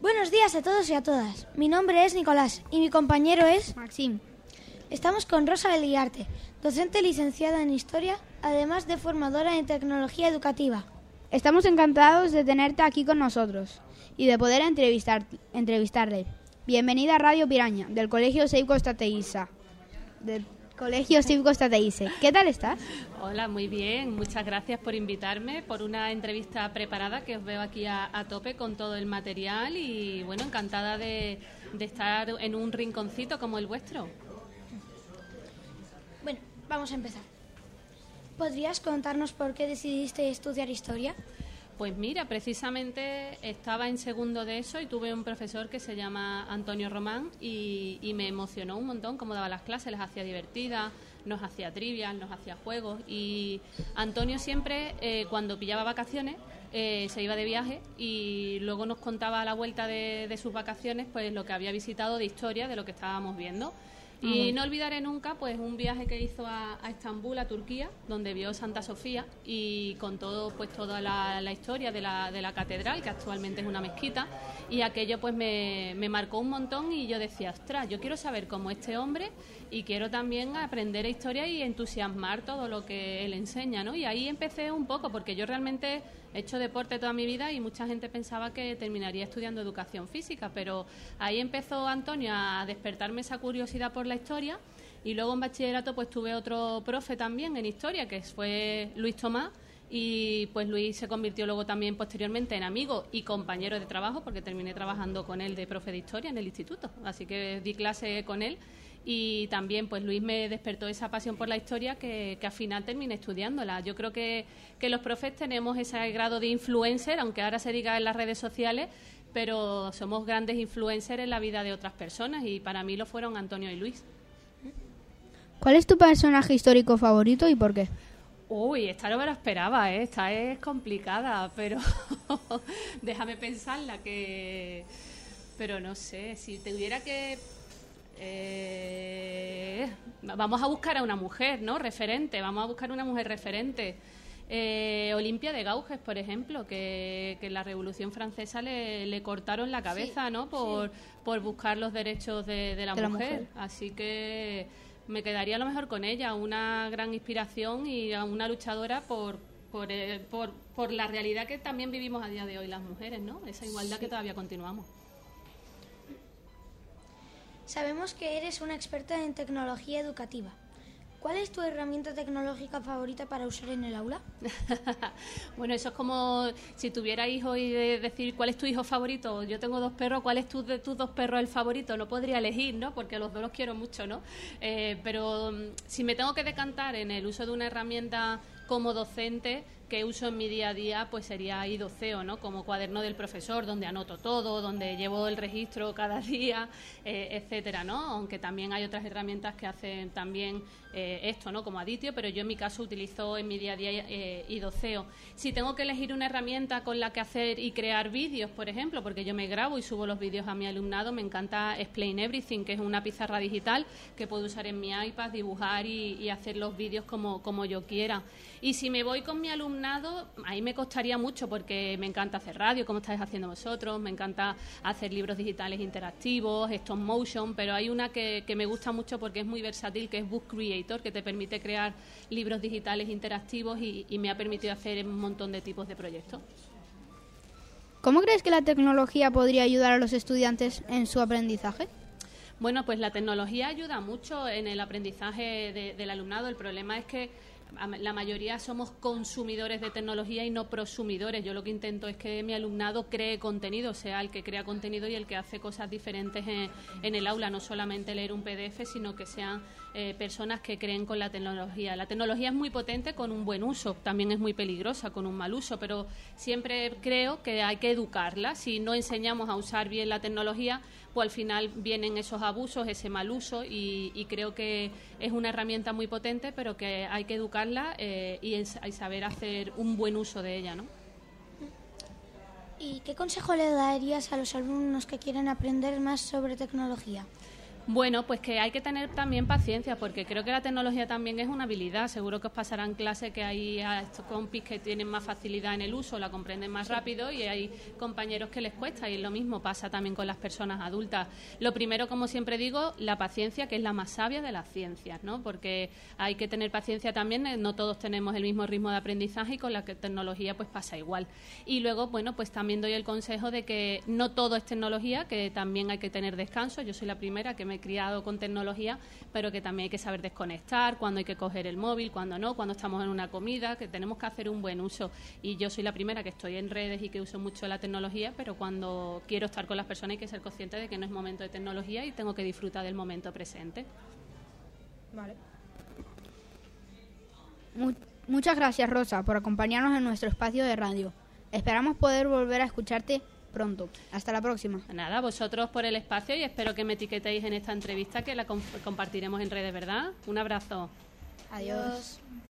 Buenos días a todos y a todas. Mi nombre es Nicolás y mi compañero es Maxim. Estamos con Rosa Beliarte, docente licenciada en Historia, además de formadora en Tecnología Educativa. Estamos encantados de tenerte aquí con nosotros y de poder entrevistarle. Bienvenida a Radio Piraña, del Colegio Cívico Estateísa. ¿Qué tal estás? Hola, muy bien. Muchas gracias por invitarme, por una entrevista preparada, que os veo aquí a tope con todo el material y, bueno, encantada de estar en un rinconcito como el vuestro. Bueno, vamos a empezar. ¿Podrías contarnos por qué decidiste estudiar Historia? Pues mira, precisamente estaba en segundo de eso y tuve un profesor que se llama Antonio Román y me emocionó un montón cómo daba las clases, las hacía divertidas, nos hacía trivias, nos hacía juegos y Antonio siempre, cuando pillaba vacaciones, se iba de viaje y luego nos contaba a la vuelta de sus vacaciones pues lo que había visitado de historia de lo que estábamos viendo. Y no olvidaré nunca pues un viaje que hizo a Estambul, a Turquía, donde vio Santa Sofía y contó pues toda la historia de la catedral, que actualmente es una mezquita, y aquello pues me marcó un montón y yo decía, ostras, yo quiero saber cómo este hombre y quiero también aprender historia y entusiasmar todo lo que él enseña, ¿no? Y ahí empecé un poco, porque yo realmente he hecho deporte toda mi vida y mucha gente pensaba que terminaría estudiando educación física, pero ahí empezó Antonio a despertarme esa curiosidad por la historia y luego en bachillerato pues tuve otro profe también en historia que fue Luis Tomás y pues Luis se convirtió luego también posteriormente en amigo y compañero de trabajo porque terminé trabajando con él de profe de historia en el instituto, así que di clase con él. Y también pues Luis me despertó esa pasión por la historia que al final terminé estudiándola. Yo creo que los profes tenemos ese grado de influencer, aunque ahora se diga en las redes sociales, pero somos grandes influencers en la vida de otras personas y para mí lo fueron Antonio y Luis. ¿Cuál es tu personaje histórico favorito y por qué? Uy, esta no me la esperaba, ¿eh? Esta es complicada, pero déjame pensarla pero no sé, si tuviera que... vamos a buscar a una mujer, ¿no? Referente, vamos a buscar una mujer referente. Olimpia de Gauges, por ejemplo, que en la Revolución Francesa le cortaron la cabeza, sí, ¿no? Por buscar los derechos de la mujer. Así que me quedaría a lo mejor con ella, una gran inspiración y una luchadora por la realidad que también vivimos a día de hoy las mujeres, ¿no? Esa igualdad que todavía continuamos. Sabemos que eres una experta en tecnología educativa. ¿Cuál es tu herramienta tecnológica favorita para usar en el aula? Bueno, eso es como si tuviera hijos y decir cuál es tu hijo favorito. Yo tengo 2 perros, ¿cuál es de tus 2 perros el favorito? No podría elegir, ¿no? Porque los 2 los quiero mucho, ¿no? Pero si me tengo que decantar en el uso de una herramienta como docente que uso en mi día a día, pues sería iDoceo, ¿no? Como cuaderno del profesor, donde anoto todo, donde llevo el registro cada día, etcétera, ¿no? Aunque también hay otras herramientas que hacen también esto, ¿no? Como Aditio, pero yo en mi caso utilizo en mi día a día iDoceo. Si tengo que elegir una herramienta con la que hacer y crear vídeos, por ejemplo, porque yo me grabo y subo los vídeos a mi alumnado, me encanta Explain Everything, que es una pizarra digital que puedo usar en mi iPad, dibujar y hacer los vídeos como yo quiera. Y si me voy con mi alumnado, ahí me costaría mucho porque me encanta hacer radio, como estáis haciendo vosotros, me encanta hacer libros digitales interactivos, stop motion, pero hay una que me gusta mucho porque es muy versátil, que es Book Creator, que te permite crear libros digitales interactivos y me ha permitido hacer un montón de tipos de proyectos. ¿Cómo crees que la tecnología podría ayudar a los estudiantes en su aprendizaje? Bueno, pues la tecnología ayuda mucho en el aprendizaje del alumnado. El problema es que la mayoría somos consumidores de tecnología y no prosumidores. Yo lo que intento es que mi alumnado cree contenido, sea el que crea contenido y el que hace cosas diferentes en el aula, no solamente leer un PDF, sino que sean personas que creen con la tecnología. La tecnología es muy potente con un buen uso, también es muy peligrosa con un mal uso, pero siempre creo que hay que educarla. Si no enseñamos a usar bien la tecnología, pues al final vienen esos abusos, ese mal uso y creo que es una herramienta muy potente, pero que hay que educarla y saber hacer un buen uso de ella, ¿no? ¿Y qué consejo le darías a los alumnos que quieren aprender más sobre tecnología? Bueno, pues que hay que tener también paciencia, porque creo que la tecnología también es una habilidad. Seguro que os pasará en clase que hay a estos compis que tienen más facilidad en el uso, la comprenden más rápido, y hay compañeros que les cuesta, y lo mismo pasa también con las personas adultas. Lo primero, como siempre digo, la paciencia, que es la más sabia de las ciencias, ¿no? Porque hay que tener paciencia también, no todos tenemos el mismo ritmo de aprendizaje, y con la tecnología pues pasa igual. Y luego, bueno, pues también doy el consejo de que no todo es tecnología, que también hay que tener descanso. Yo soy la primera que me he criado con tecnología, pero que también hay que saber desconectar, cuando hay que coger el móvil, cuando no, cuando estamos en una comida, que tenemos que hacer un buen uso. Y yo soy la primera que estoy en redes y que uso mucho la tecnología, pero cuando quiero estar con las personas hay que ser consciente de que no es momento de tecnología y tengo que disfrutar del momento presente. Vale. Muchas gracias, Rosa, por acompañarnos en nuestro espacio de radio. Esperamos poder volver a escucharte pronto. Hasta la próxima. Nada, vosotros por el espacio, y espero que me etiquetéis en esta entrevista, que la compartiremos en redes, ¿verdad? Un abrazo. Adiós.